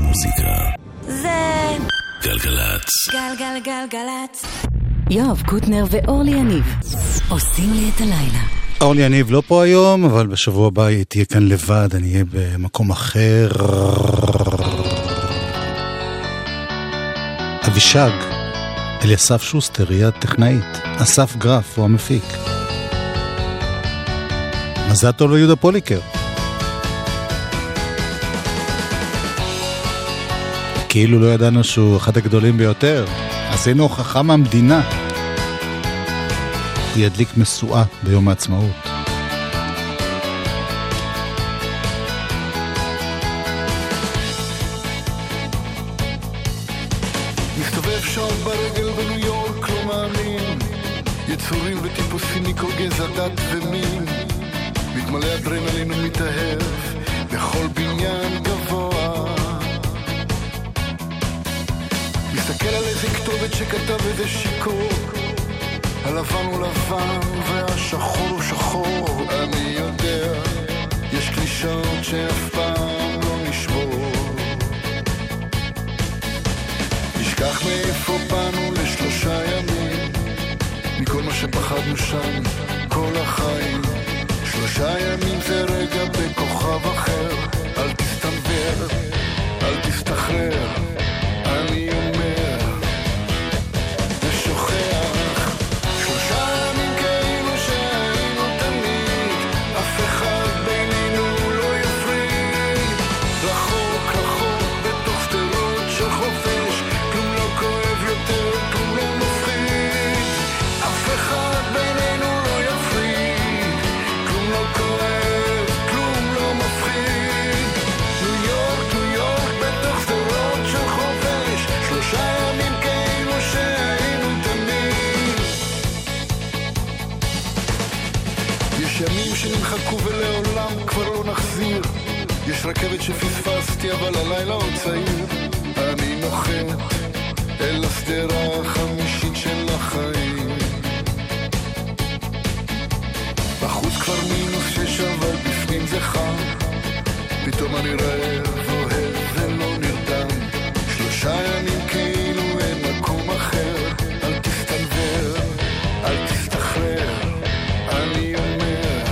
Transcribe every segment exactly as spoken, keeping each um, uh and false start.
המוזיקה זה גלגלצ. גלגלגלגלצ. יואב קוטנר ואורלי יניב עושים לי את הלילה. אורלי יניב לא פה היום, אבל בשבוע הבא היא תהיה כאן לבד, אני אהיה במקום אחר. אבישג, אליסף שוסטר, היא הטכנאית. אסף גרף הוא המפיק. מזל טוב ליהודה פוליקר. כאילו לא ידענו שהוא אחד הגדולים ביותר. עשינו הוכחה מהמדינה. הוא ידליק מסועה ביום העצמאות. מסתובב שעות ברגל בניו יורק, לא מאמין, יצורים וטיפוסים מכל גזע, דת ומין, מתמלא אדרנלין ומתאהב בכל בניין גבוה. מסתכל על איזה כתובת שכתב איזה שיקור, הלבן הוא לבן והשחור הוא שחור. אני יודע, יש קלישאות שאף פעם לא נשבור. נשכח מאיפה באנו לשלושה ימים, מכל מה שפחדנו שם כל החיים. שלושה ימים זה רגע בכוכב אחר, אל תסתנבר, אל תסתחרר. אני אומר ושוכח, שלושה ימים כאילו שהיינו תמיד, אף אחד בינינו לא יפריד. רחוק רחוק בתוך שדרות של חופש, כלום לא כואב יותר, כלום לא מפחיד. אף אחד בינינו לא יפריד, כלום לא כואב, כלום לא מפחיד. ניו יורק, ניו יורק בתוך שדרות של חופש, שלושה ימים כאילו שהיינו תמיד. יש ימים שנמחקו ולעולם כבר לא נחזיר. יש רכבת שפספסתי אבל הלילה עוד צעיר. אני נוחת אל הסדרה החמישית של החיים. בחוץ כבר מינוס שש אבל בפנים זה חם. פתאום אני רעב, אוהב ולא נרדם. שלושה ימים כאילו אין מקום אחר, אל תסתנבר, אל תסתחרר. אני אומר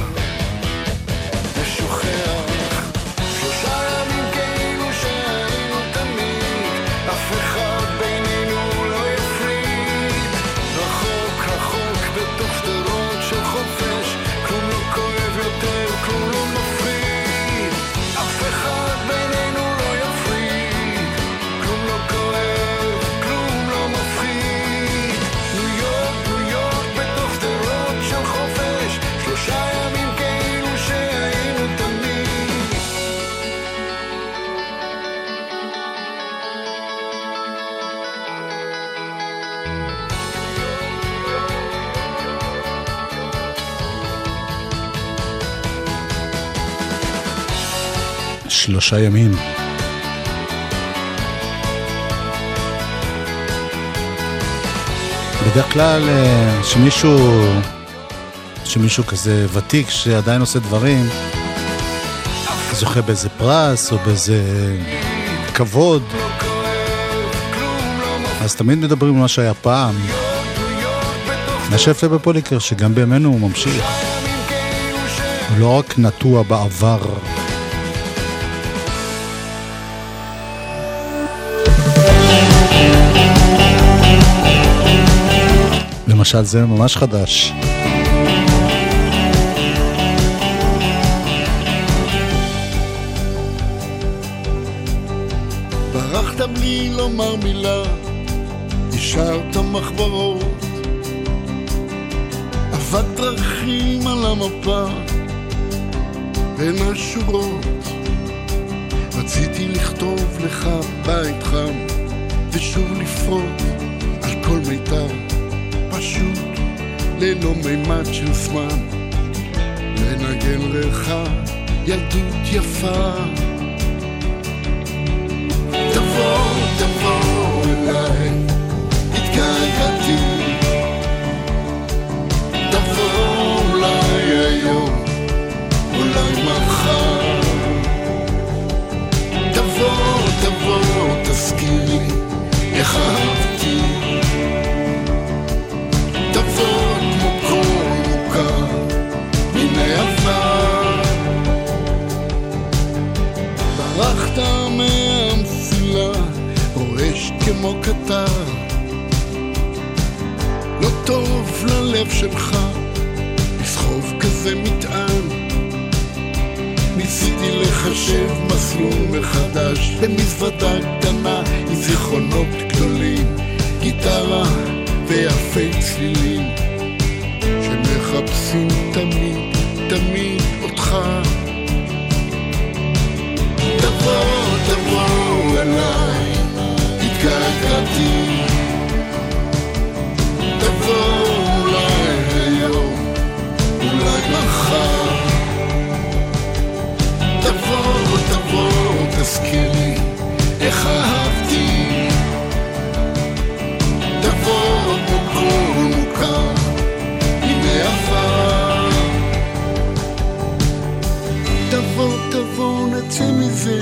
ושוכח, שלושה ימים כאילו שהיינו תמיד, אף אחד בינינו לא יפריד. רחוק רחוק בתוך שדרות של חופש, כלום לא כואב יותר, כלום לא מפחיד. אף אחד בינינו לא יפריד, כלום לא כואב, כלום לא מפחיד. ניו יורק, ניו יורק בתוך שדרות של חופש, שלושה ימים כאילו שהיינו תמיד. שלושה ימים. בדרך כלל אה, שמישהו שמישהו כזה ותיק שעדיין עושה דברים זוכה באיזה פרס או באיזה כבוד, אז תמיד מדברים על מה שהיה פעם. מה שיפה בפוליקר שגם בימינו הוא ממשיך, הוא לא רק נטוע בעבר. למשל זה ממש חדש. ברחת בלי לומר מילה, השארת מחברות, אבק דרכים על המפה בין השורות. רציתי לכתוב לך בית חם ושוב לפרוט על כל מיתר, פשוט ללא מימד של זמן, לנגן לך ילדות יפה. תבוא, תבוא אליי, התגעגעתי. תבוא אולי היום, אולי מחר. תבוא, תבוא ברחת מהמסילה, רועש כמו קטר, לא טוב ללב שלך לסחוב כזה מטען. ניסיתי לחשב מסלול מחדש במזוודה קטנה עם זיכרונות גדולים, גיטרה ויפי צלילים שמחפשים תמיד, תמיד אותך. תבוא, תבוא אליי, התגעגעתי. תבוא אולי היום, אולי מחר. תבוא, תבוא, תזכירי איך אהבתי. תבוא מוכר מוכר הנה עבר. תבוא, תבוא, נצא מזה,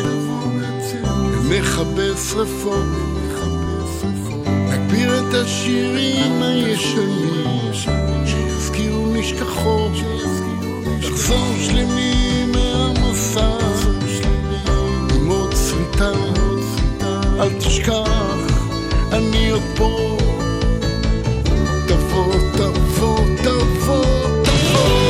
נחבר שרפות, נגביר את השירים הישנים שיזכירו נשכחות, נחזור שלמים מהמסע עם עוד שריטה. אל תשכח, אני עוד פה. תבוא, תבוא, תבוא, תבוא.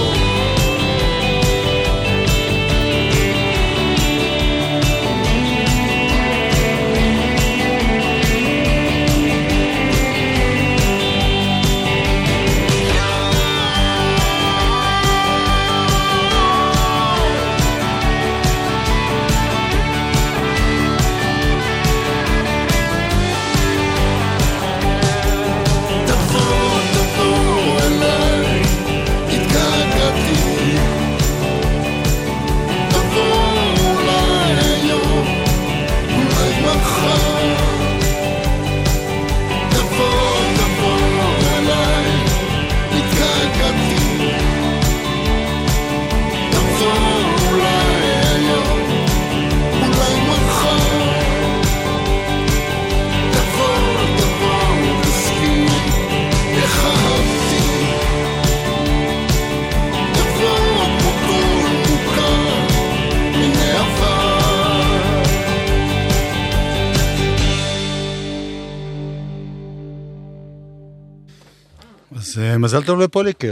אז מזל טוב לפוליקר,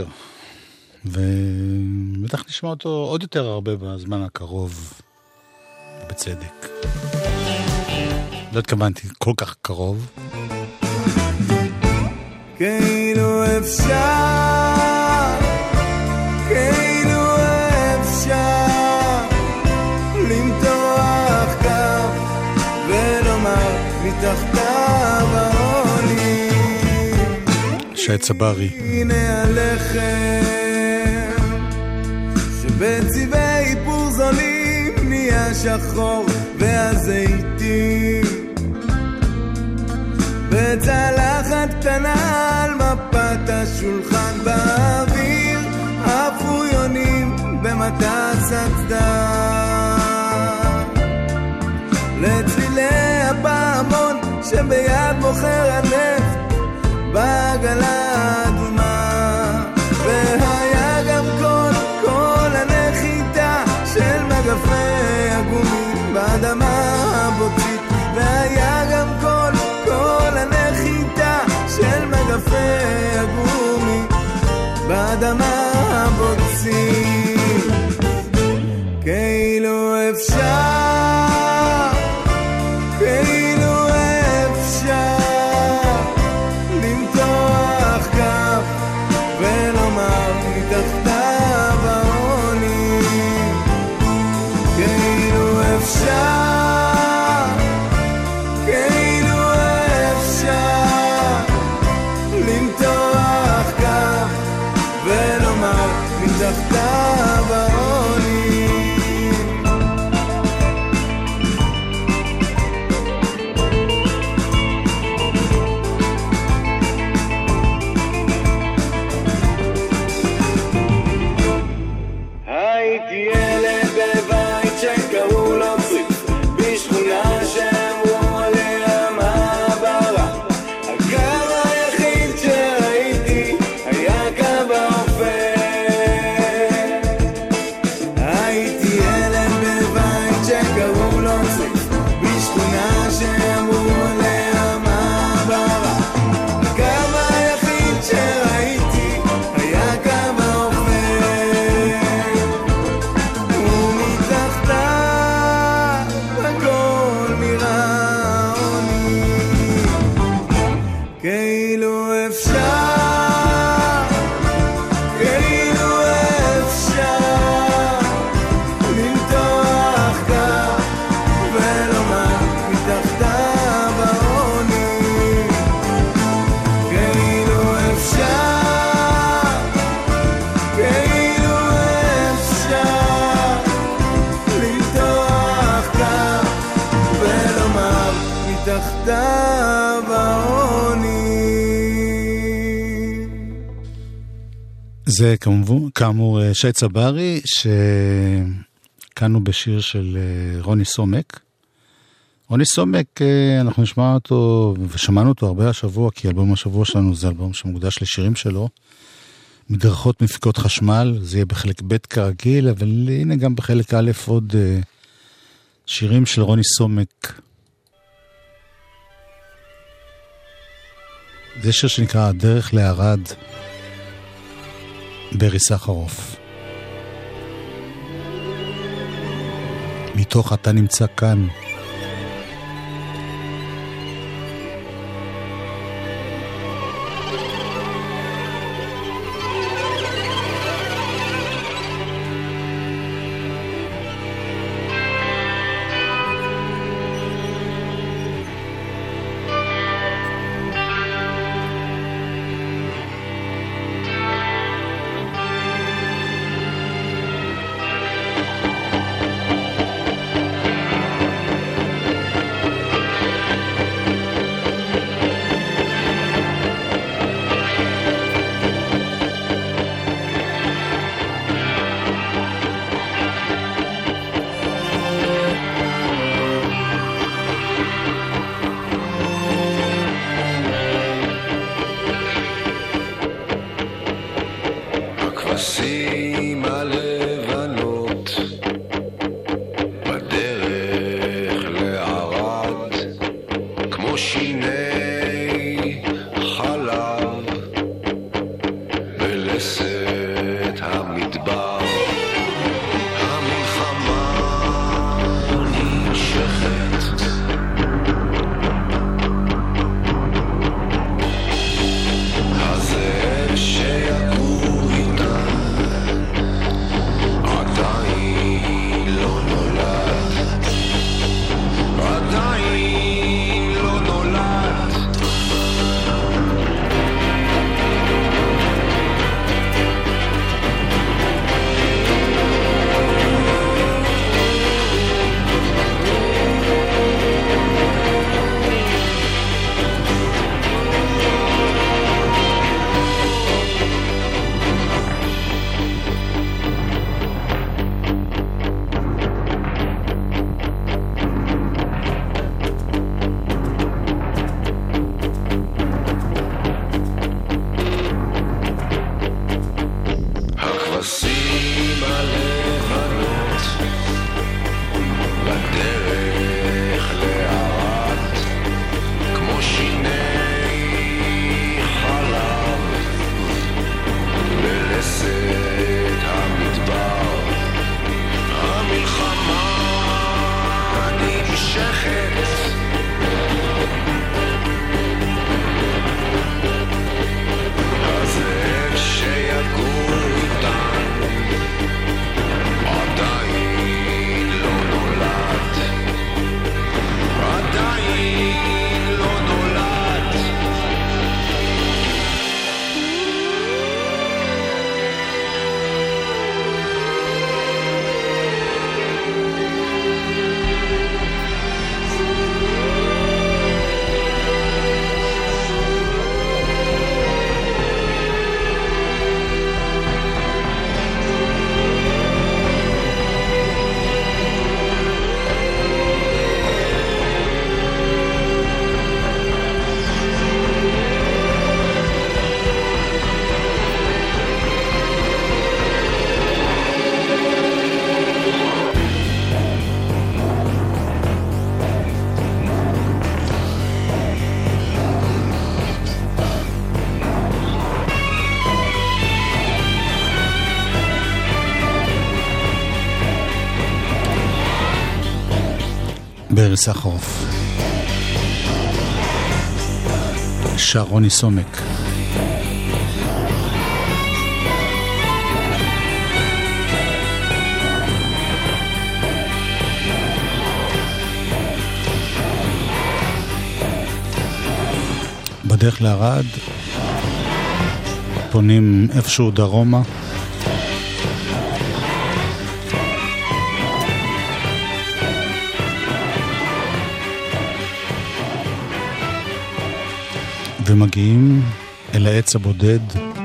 ובטח נשמע אותו עוד יותר הרבה בזמן הקרוב, בצדק. לא התכוונתי כל כך קרוב. כאילו אפשר, כאילו אפשר למתוח קו ולומר מתחתיו העולים. שי צברי. הנה הלחם שבצבעי איפור זולים נהיה שחור, והזיתים בצלחת קטנה על מפת השולחן, באוויר אפויונים במטס הצדד, לצלילי הפעמון שביד מוכר הנפט בעגלה אדומה, והיה גם כל כל הנחיתה של מגפי הגומי באדמה הבוצית, והיה גם כל כל הנחיתה של מגפי הגומי באדמה הבוצית. כאילו אפשר, כאילו אפשר למתוח כף ולומר מתחתיו העוני. כאילו אפשר, כאילו אפשר למתוח כף ולומר מתחתיו העוני. תחתיו העוני. זה כאמור שי צברי, שקנו בשיר של רוני סומק. רוני סומק, אנחנו נשמע אותו, ושמענו אותו הרבה השבוע, כי אלבום השבוע שלנו זה אלבום שמוקדש לשירים שלו. מדרכות מפיקות חשמל, זה יהיה בחלק ב' כרגיל, אבל הנה גם בחלק א' עוד שירים של רוני סומק. זה שיר שנקרא הדרך לערד, ברי סחרוף. מתוך אתה נמצא כאן. ברי סחרוף, שר רוני סומק. בדרך לערד פונים איפשהו דרומה, ומגיעים אל העץ הבודד.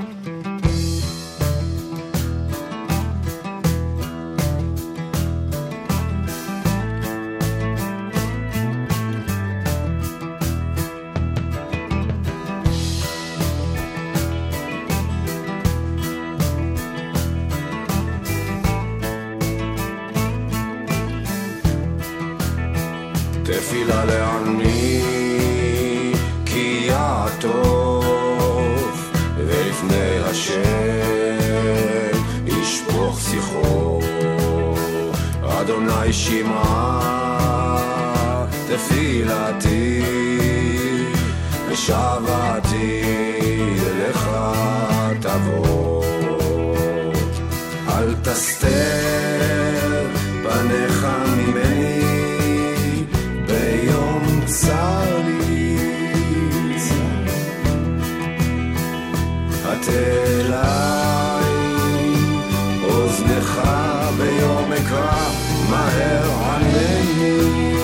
תפילה לעני כי יעטוף ולפני השם ישפוך שיחו אדוני שמע תפילתי ושבתי אליך תבוא אל תסתר פניך ממני צר לי את אליי אוזנך ביום אקרא מהר ענני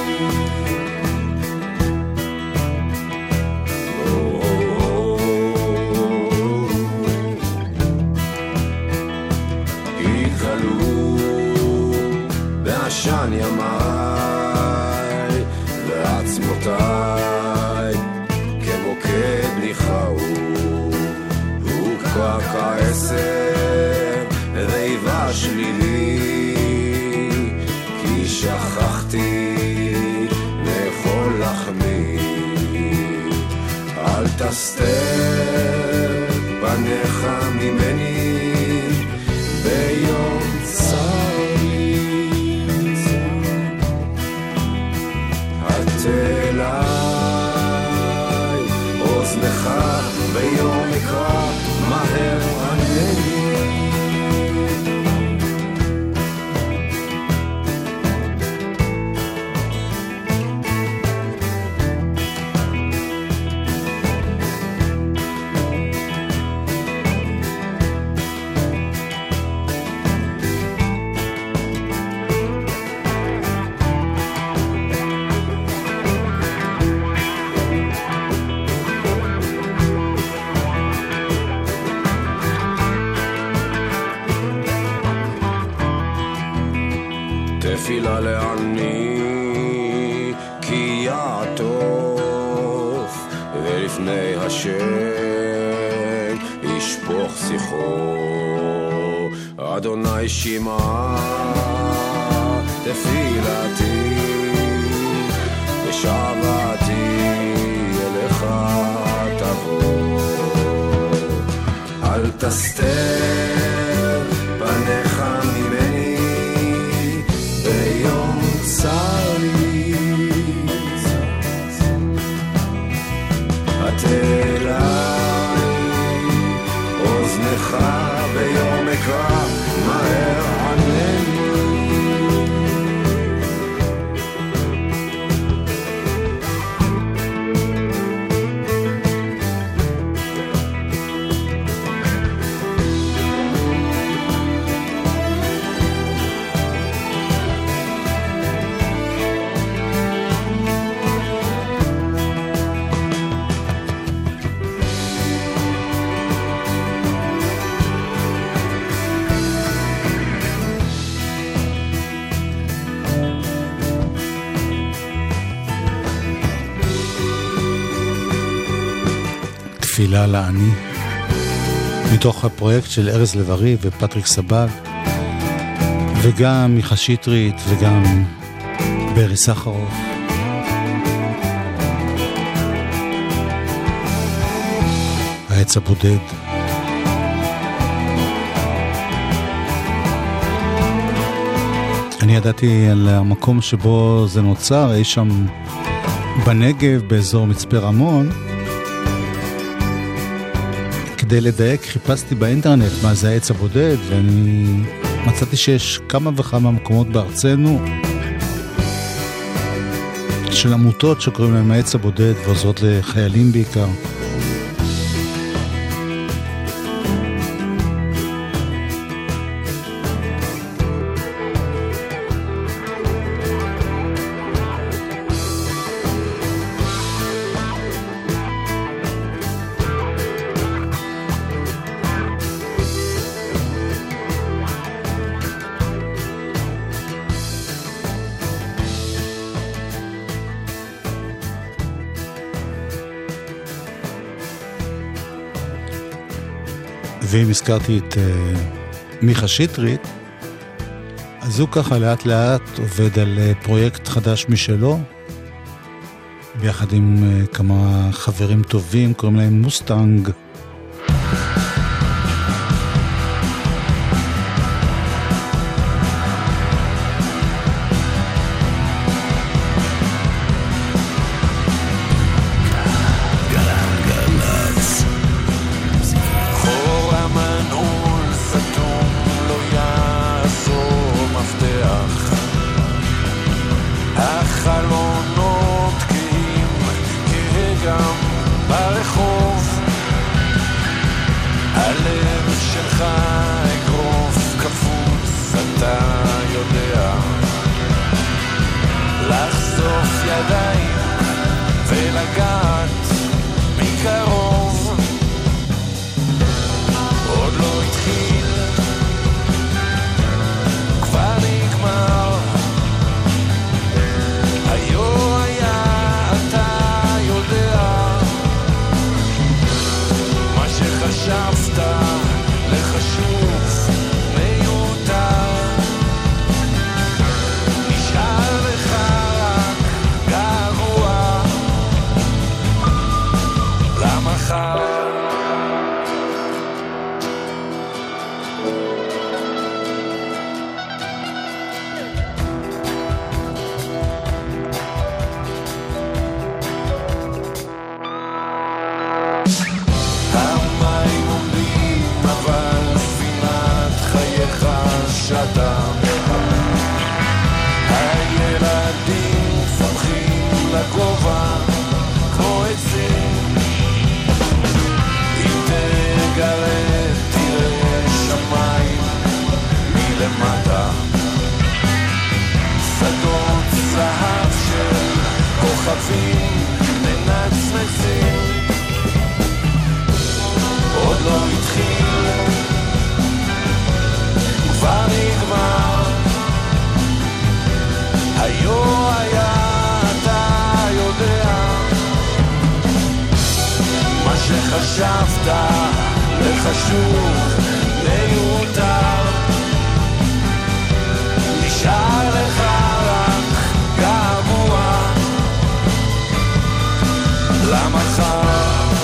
התגלו בעשן ימיי ועצמותיי כמוקד ניחאו הוא כבר כעשר ויבש ליבי כי שכחתי לאכול לחמי אל תסתר פניך ממני ביום צר אליי אוזנך ביום אקרא מהר ענני תפילה לעני כי יעטוף ולפני השם ישפוך שיחו אדוני שמע תפילתי ושבתי אליך תבוא אל תסתר פניך ממני ביום צר לי את אליי אוזנך ביום אקרא מהר ענני תפילה לעני מתוך הפרויקט של ארז לב-ארי ופטריק סבג וגם מיכה שטרית וגם ברי סחרוף העץ הבודד אני ידעתי על המקום שבו זה נוצר אי שם בנגב באזור מצפה רמון כדי לדייק חיפשתי באינטרנט מה זה העץ הבודד ואני מצאתי שיש כמה וכמה מקומות בארצנו של עמותות שקוראים להם העץ הבודד ועוזרות לחיילים בעיקר ואם הזכרתי את uh, מיכה שטרית, אז הוא ככה לאט לאט עובד על uh, פרויקט חדש משלו, ביחד עם uh, כמה חברים טובים, קוראים להם מוסטנג. חשבת לחשוב מיותר, נשאר לך רק געגוע למחר.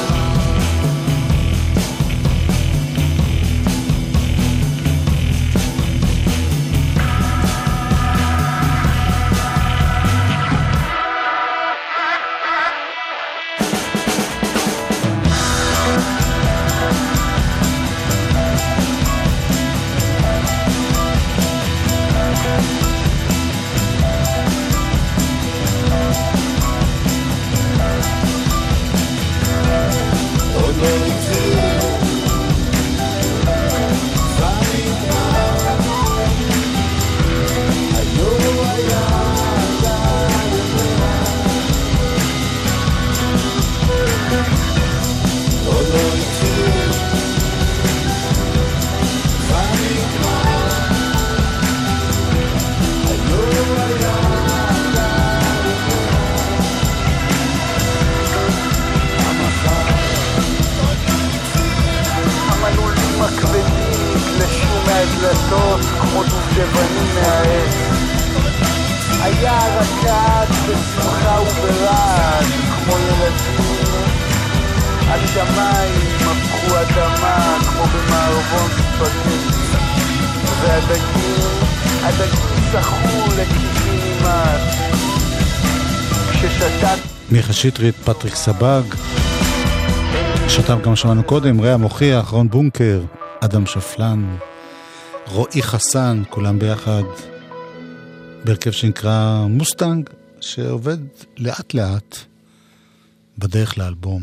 דלתות כמו דובדבנים מהעץ, היה רקד בשמחה וברעד כמו ילדים, השמיים הפכו אדמה כמו במערבון ספגטי, והדגים, הדגים שחו לקיבינימט כששתת. מיכה שטרית, פטריק סבג, שאותם גם שמענו קודם, רע מוכיח, רון בונקר, אדם שפלן, רועי חסן, כולם ביחד בהרכב שנקרא מוסטנג, שעובד לאט לאט בדרך לאלבום.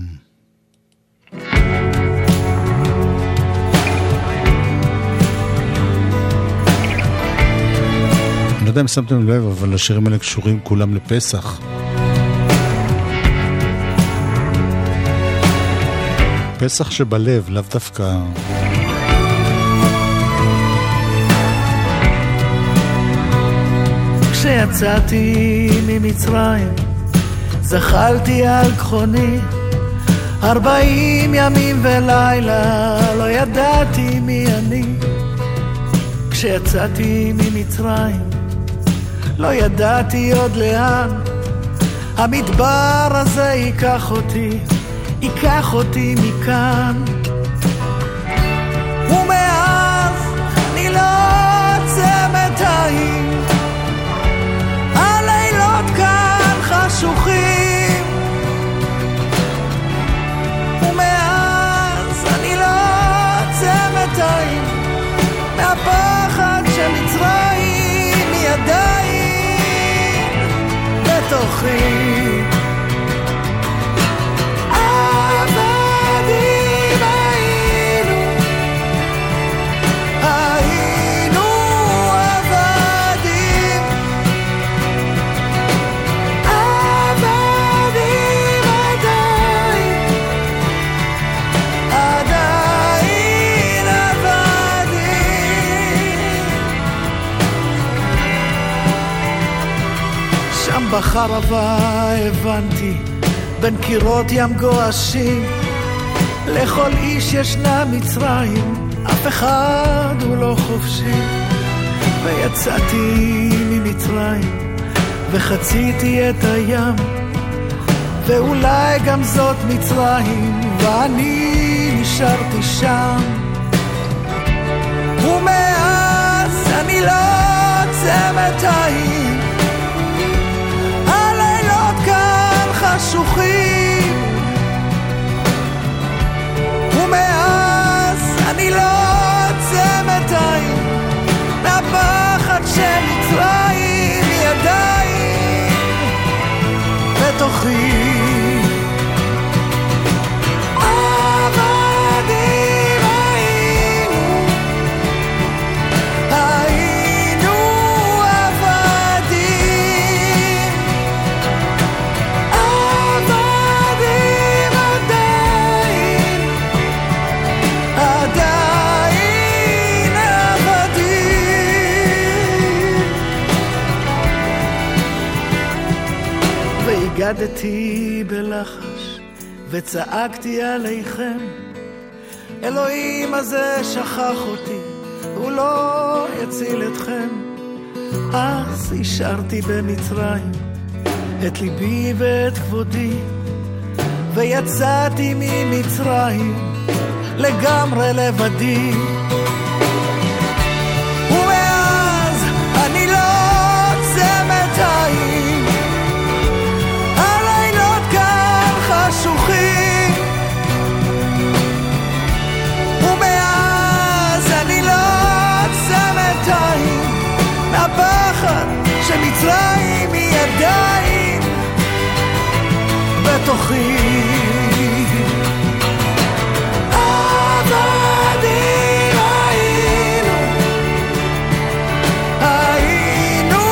אני לא יודע אם שמתם לב, אבל השירים האלה קשורים כולם לפסח. פסח שבלב, לאו דווקא כשיצאתי ממצרים זחלתי על כחוני, ארבעים ימים ולילה לא ידעתי מי אני. כשיצאתי ממצרים לא ידעתי עוד לאן המדבר הזה ייקח אותי, ייקח אותי מכאן. ומאז אני לא עוצמת עין, הלילות כאן חשוכים. ומאז אני לא עוצמת עין, מהפחד שמצרים ידיים בתוכי. בחרבה הבנתי בין קירות ים גועשים, לכל איש ישנה מצרים, אף אחד הוא לא חופשי. ויצאתי ממצרים וחציתי את הים, ואולי גם זאת מצרים, ואני נשארתי שם. ומאז אני לא עוצמת עין, חשוכים. ומאז אני לא עוצמת עין, מהפחד שמצרים ידיים בתוכי. עבדים היינו, היינו עבדים, הגדתי בלחש וצעקתי עליכם, אלוהים הזה שכח אותי, הוא לא יציל אתכם. אז השארתי במצרים את ליבי ואת כבודי, ויצאתי ממצרים לגמרי לבדי. ומאז אני לא עוצמת עין, חשוכים. ומאז אני לא עוצמת עין, מהפחד שמצרים ידיים בתוכי. עבדים היינו, היינו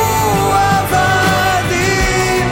עבדים,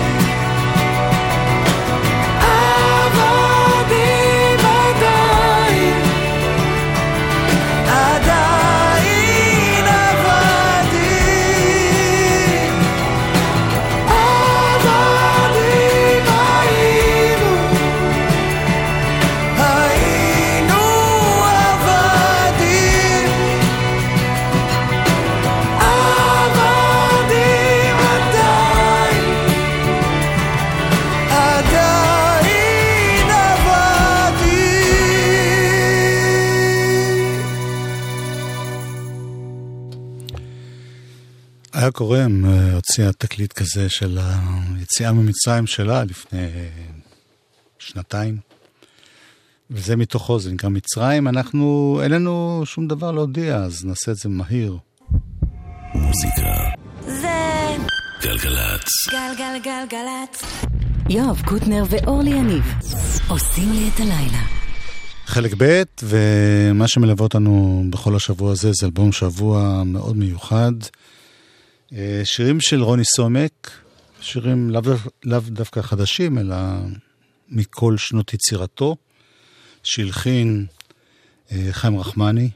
היה קורם הוציאה תקליט כזה של היציאה ממצרים שלה לפני שנתיים, וזה מתוכו, זה נקרא מצרים. אנחנו, אין לנו שום דבר להודיע, אז נעשה את זה מהיר. מוזיקה זה גלגלת גלגלגלגלת. יואב קוטנר ואורלי יניב עושים לי את הלילה. חלק ב', ומה שמלווה אותנו בכל השבוע הזה זה אלבום שבוע מאוד מיוחד. שירים של רוני סומק, שירים לאו, לאו דווקא חדשים, אלא מכל שנות יצירתו, שהלחין חיים רחמני.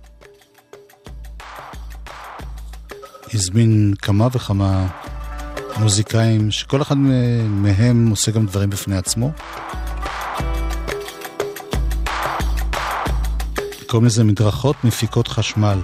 הזמין כמה וכמה מוזיקאים, שכל אחד מהם עושה גם דברים בפני עצמו. קוראים לזה מדרכות מפיקות חשמל.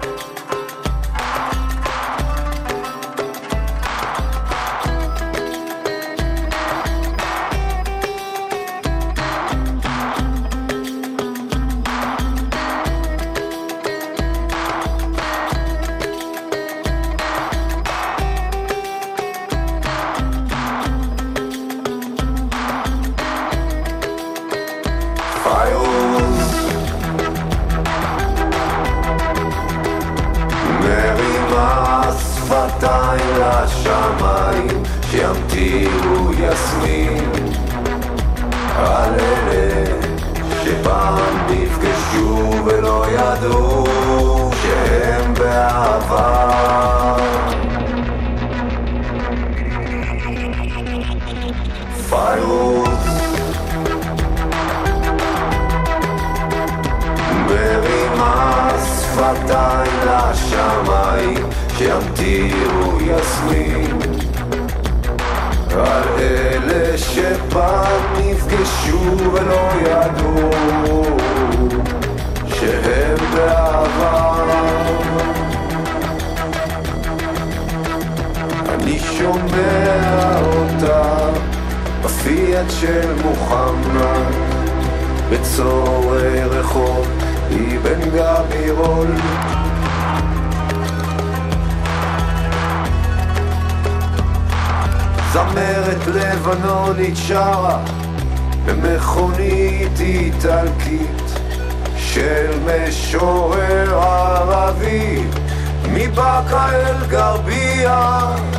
זמרת לבנונית שרה במכונית איטלקית של משורר ערבי מבאקה אל גרבייה,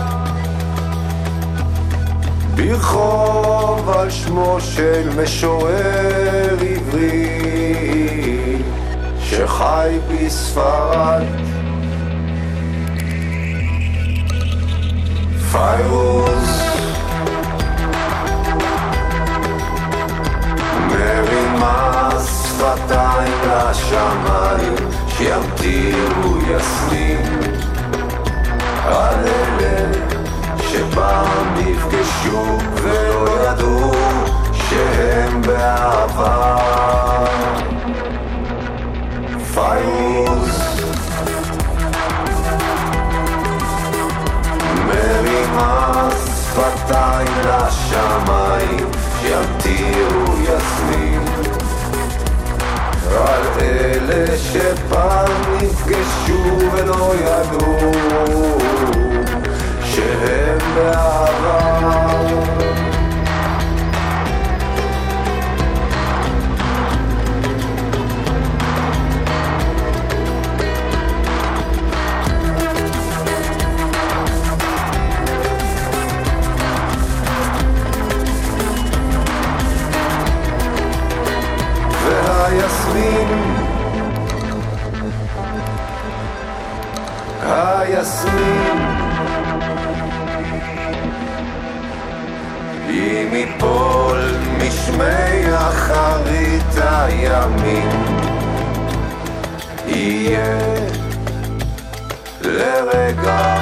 ברחוב על שמו של משורר עברי שחי בספרד. פיירוז מרימה שפתיים לשמיים שימטירו יסמין על אלה שפעם נפגשו ולא ידעו שהם בעבר. פיירוז מרימה שפתיים לשמיים שימטירו יסמין על אלה שפעם נפגשו ולא ידעו שהם בעבר. והיסמין היסמין אם יפול משמי אחרית הימים יהיה לרגע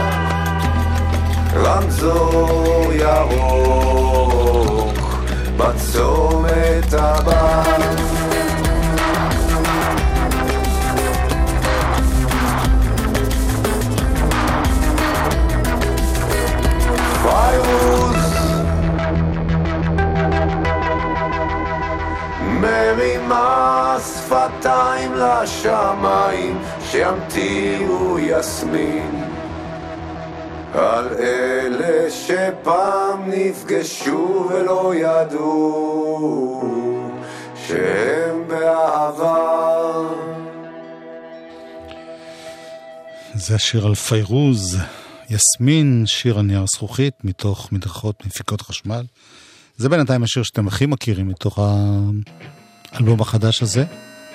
רמזור ירוק בצומת הבא. פיירוז מרימה שפתיים לשמיים שימטירו יסמין על אלה שפעם נפגשו ולא ידעו שהם בעבר. זה השיר על פיירוז, יסמין, שיר על נייר זכוכית מתוך מדרכות מפיקות חשמל. זה בינתיים השיר שאתם הכי מכירים מתוך האלבום החדש הזה.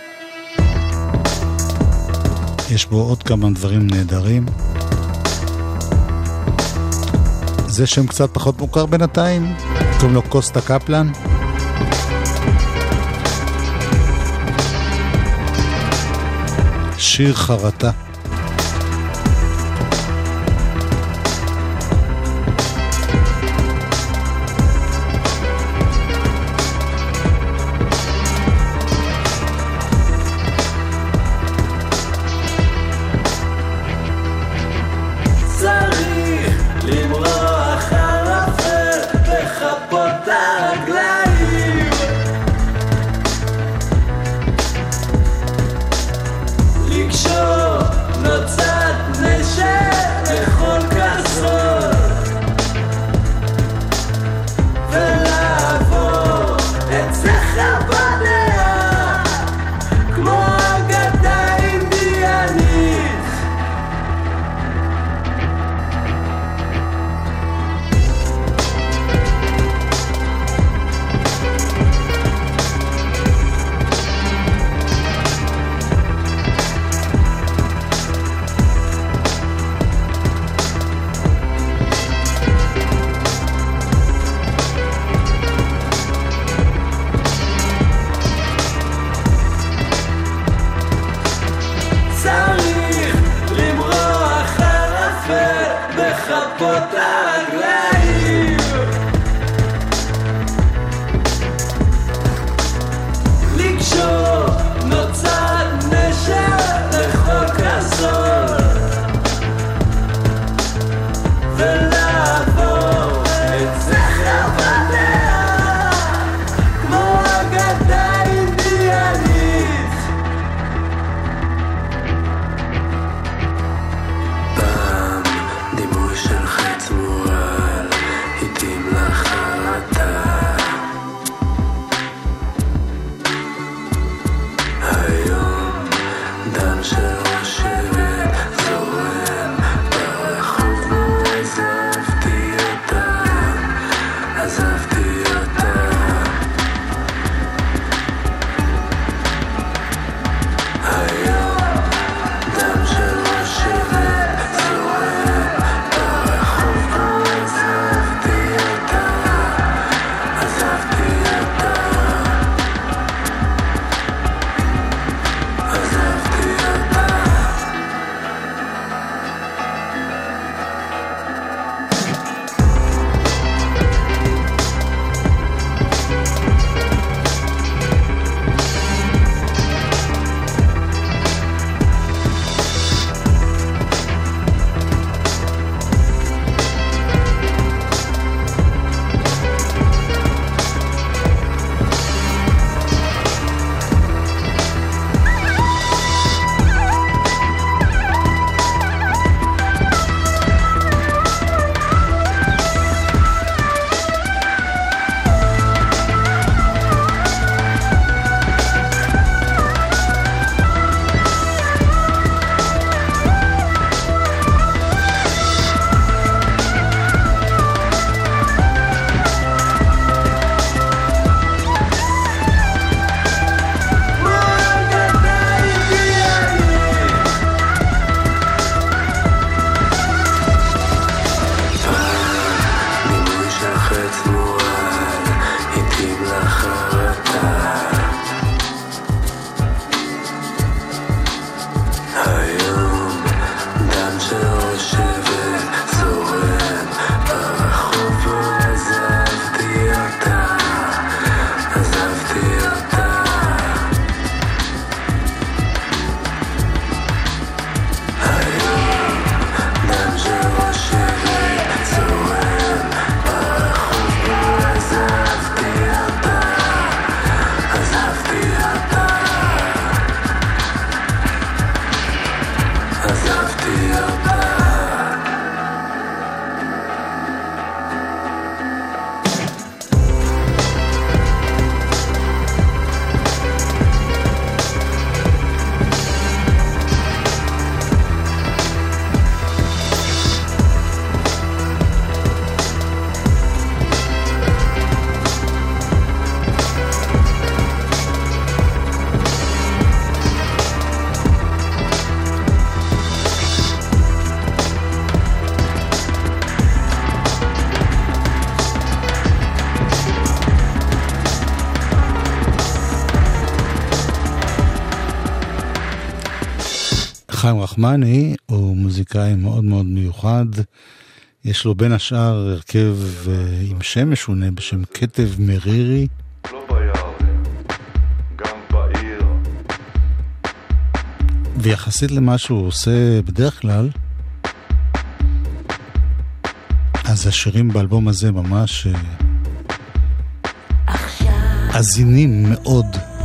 יש בו עוד כמה דברים נהדרים. זה שם קצת פחות מוכר בינתיים, קוראים לו קוסטה קפלן. שיר חרטה. חיים רחמני הוא מוזיקאי מאוד מאוד מיוחד. יש לו בין השאר הרכב עם שם משונה בשם כתב מרירי. לא ביער, גם בעיר. ויחסית למה שהוא עושה בדרך כלל, אז השירים באלבום הזה ממש עזינים מאוד.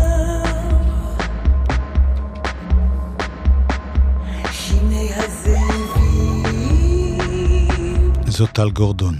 זאת טל גורדון.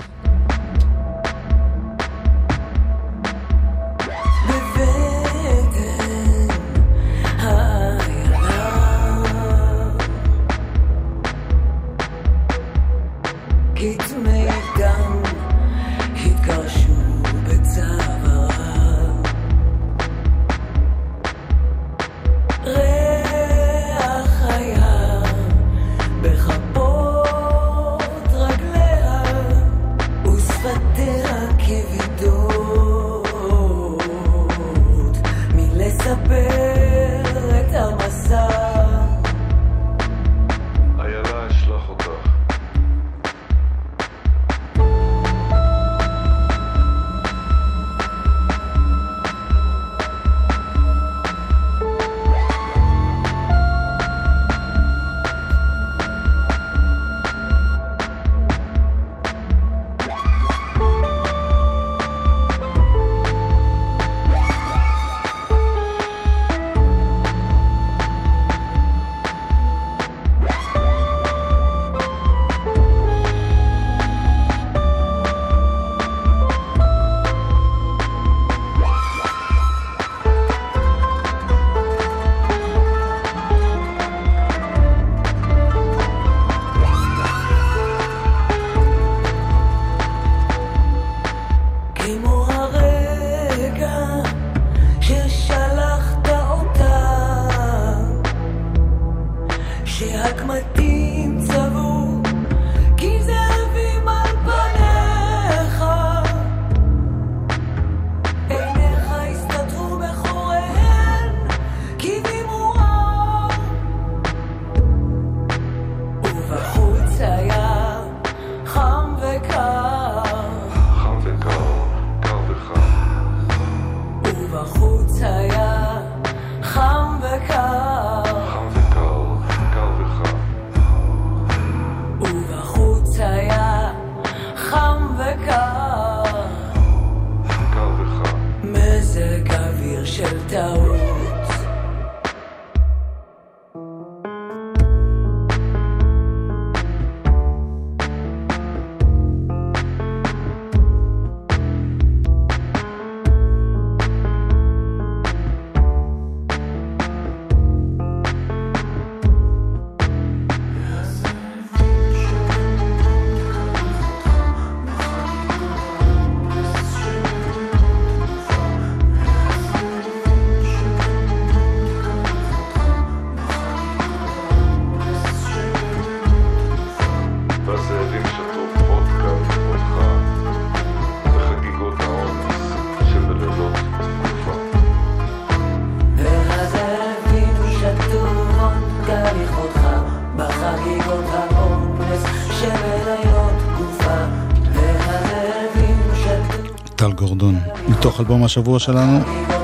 טל גורדון, מתוך אלבום השבוע שלנו,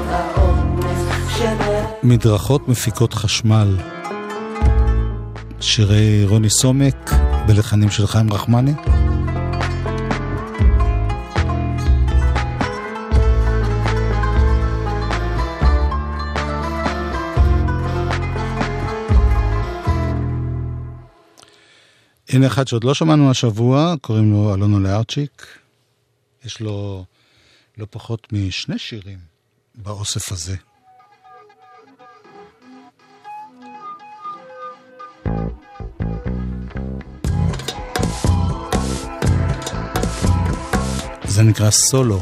מדרכות מפיקות חשמל, שירי רוני סומק בלחנים של חיים רחמני. הנה אחד שעוד לא שמענו השבוע, קוראים לו אלונו לארצ'יק. יש לו לא פחות משני שירים באוסף הזה. זה נקרא סולו.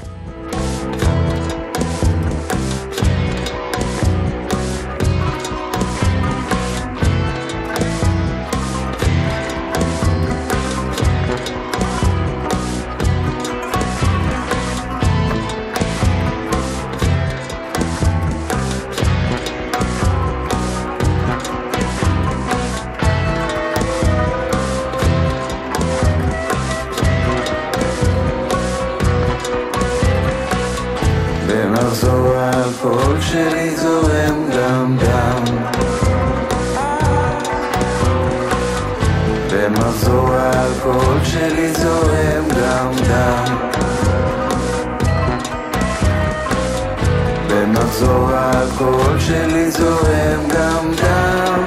במחזור הקול שלי זורם גם דם, במחזור הקול שלי זורם גם דם, במחזור הקול שלי זורם גם דם,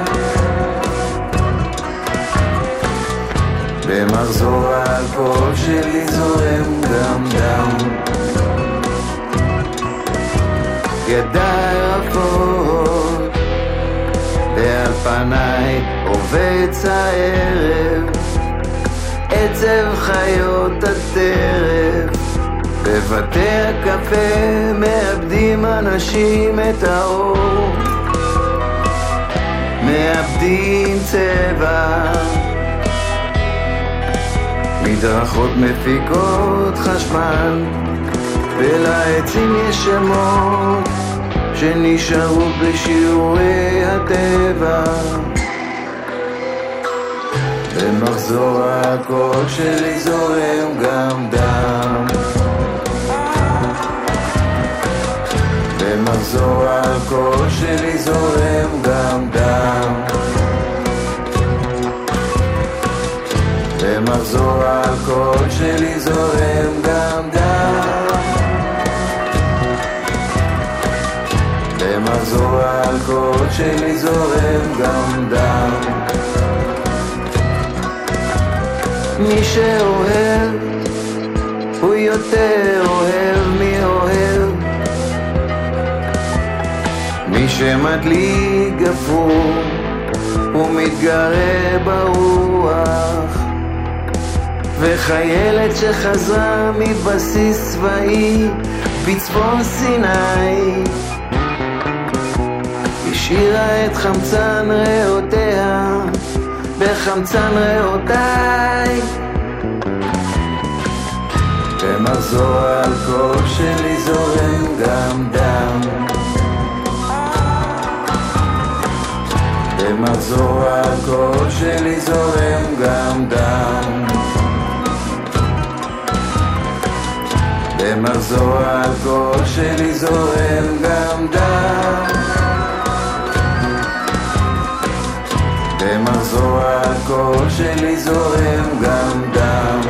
במחזור הקול שלי זורם גם דם. ידיי רפות ועל פניי עובץ הערב, עצב חיות הטרף, בבתי הקפה מאבדים אנשים את האור, מאבדים צבע, מדרכות מפיקות חשמל, ולעצים יש שמות שנשארו בשיעורי הטבע. במחזור הקול שלי זורם גם דם, במחזור הקול שלי זורם גם דם, במחזור הקול שלי זורם גם דם, במחזור הקול שלי זורם גם דם. מי שאוהב הוא יותר אוהב מאוהב, מי שמדליק גפרור הוא מתגרה ברוח, וחיילת שחזרה מבסיס צבאי בצפון סיני השאירה את חמצן ריאותיה בחמצן ריאותיי. במחזור הקול שלי זורם גם דם, במחזור הקול שלי זורם גם דם, במחזור הקול שלי זורם גם דם, במחזור הקול שלי זורם גם דם.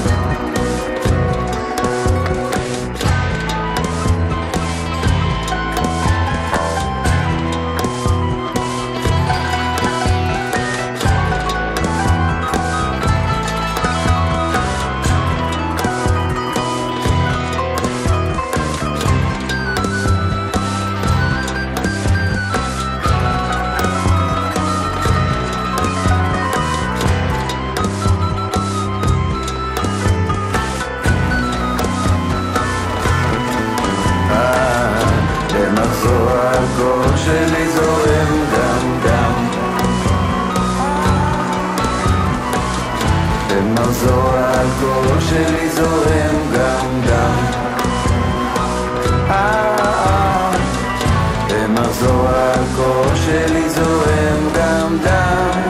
הקול שלי זורם גם דם, במחזור הקול שלי זורם גם דם, במחזור הקול שלי זורם גם דם,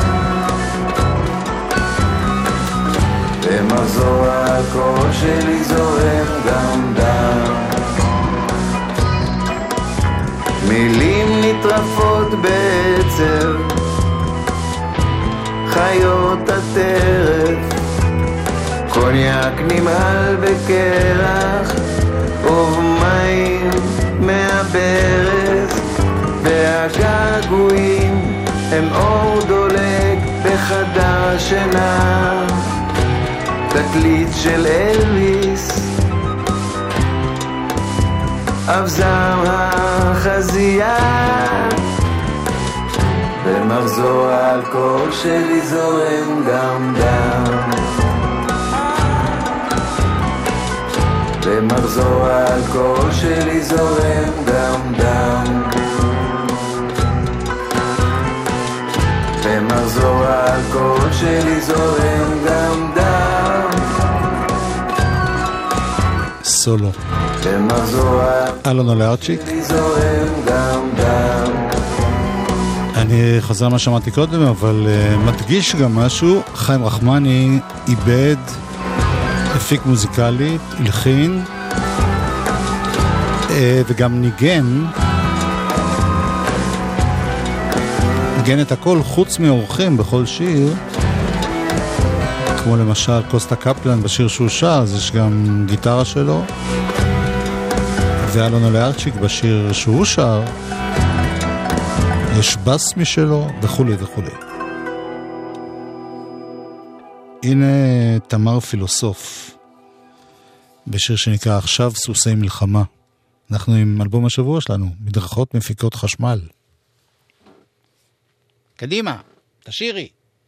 במחזור הקול שלי זורם גם דם. מילים נטרפות בעצב, חיות הטרף, קוניאק נמהל בקרח, אוב מים מהברז, והגעגועים הם אור דולק בחדר שינה, תקליט של אלוויס, אבזם החזייה. במחזור הקול שלי זורם גם דם, במחזור הקול שלי זורם גם דם, במחזור הקול שלי זורם גם דם. סולו במחזור אלון אולארצ'יק. שלי זורם גם דם. אני חוזר מה שמעתי קודם, אבל uh, מדגיש גם משהו. חיים רחמני איבד, הפיק מוזיקלית, הלחין, uh, וגם ניגן, ניגן את הכל חוץ מאורחים בכל שיר, כמו למשל קוסטה קפלן בשיר שהוא שר, אז יש גם גיטרה שלו, ואלונה לארצ'יק בשיר שהוא שר, יש בס משלו וכולי וכולי. הנה תמר פילוסוף בשיר שנקרא עכשיו סוסי מלחמה. אנחנו עם אלבום השבוע שלנו, מדרכות מפיקות חשמל. קדימה, תשירי.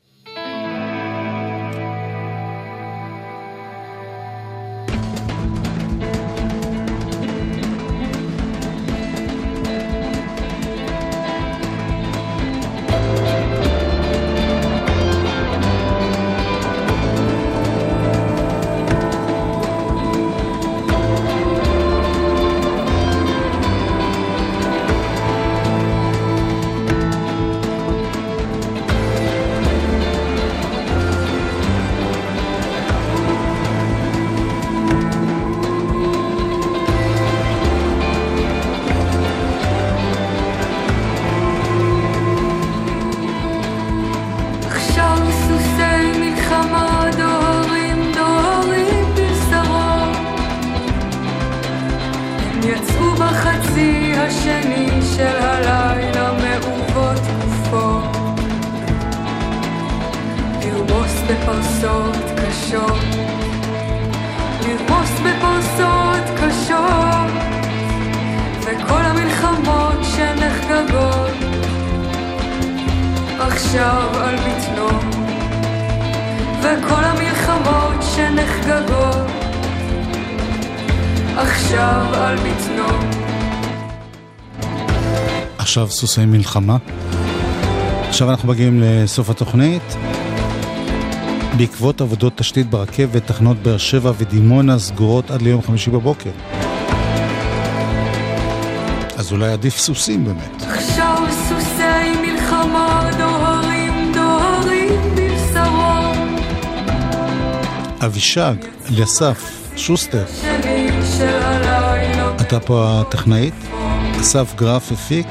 עכשיו סוסי מלחמה. עכשיו אנחנו מגיעים לסוף התוכנית. בעקבות עבודות תשתית ברכבת, תחנות באר שבע ודימונה סגורות עד ליום חמישי בבוקר. אז אולי עדיף סוסים באמת. עכשיו סוסי מלחמה דוהרים דוהרים בבשרו. אבישג, אליסף, שוסטר. אתה פה הטכנאית? אסף גרף הפיק.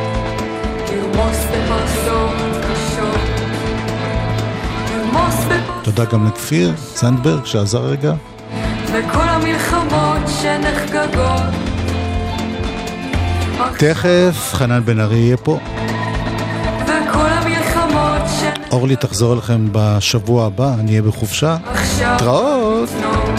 תודה גם לכפיר צנדברג שעזר רגע. וכל המלחמות שנחגגות. תכף חנן בן ארי יהיה פה. וכל המלחמות שנחגגות. אורלי תחזור לכם בשבוע הבא, אני אהיה בחופשה. תראות.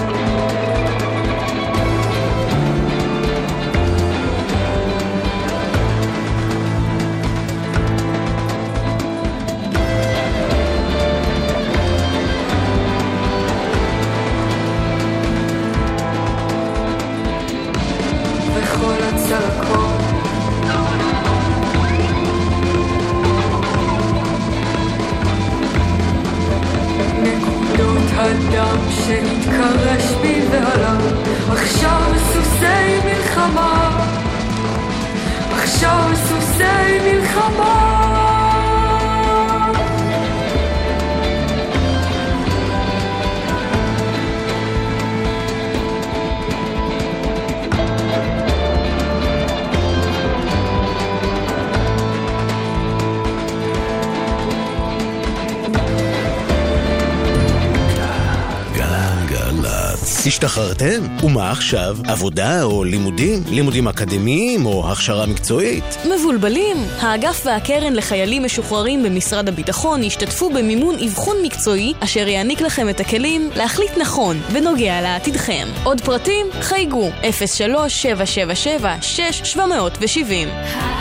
השתחררתם? ומה עכשיו? עבודה או לימודים? לימודים אקדמיים או הכשרה מקצועית? מבולבלים? האגף והקרן לחיילים משוחררים במשרד הביטחון ישתתפו במימון אבחון מקצועי אשר יעניק לכם את הכלים להחליט נכון בנוגע לעתידכם. עוד פרטים? חייגו אפס שלוש שבע שבע שבע שש שבע שבע שבע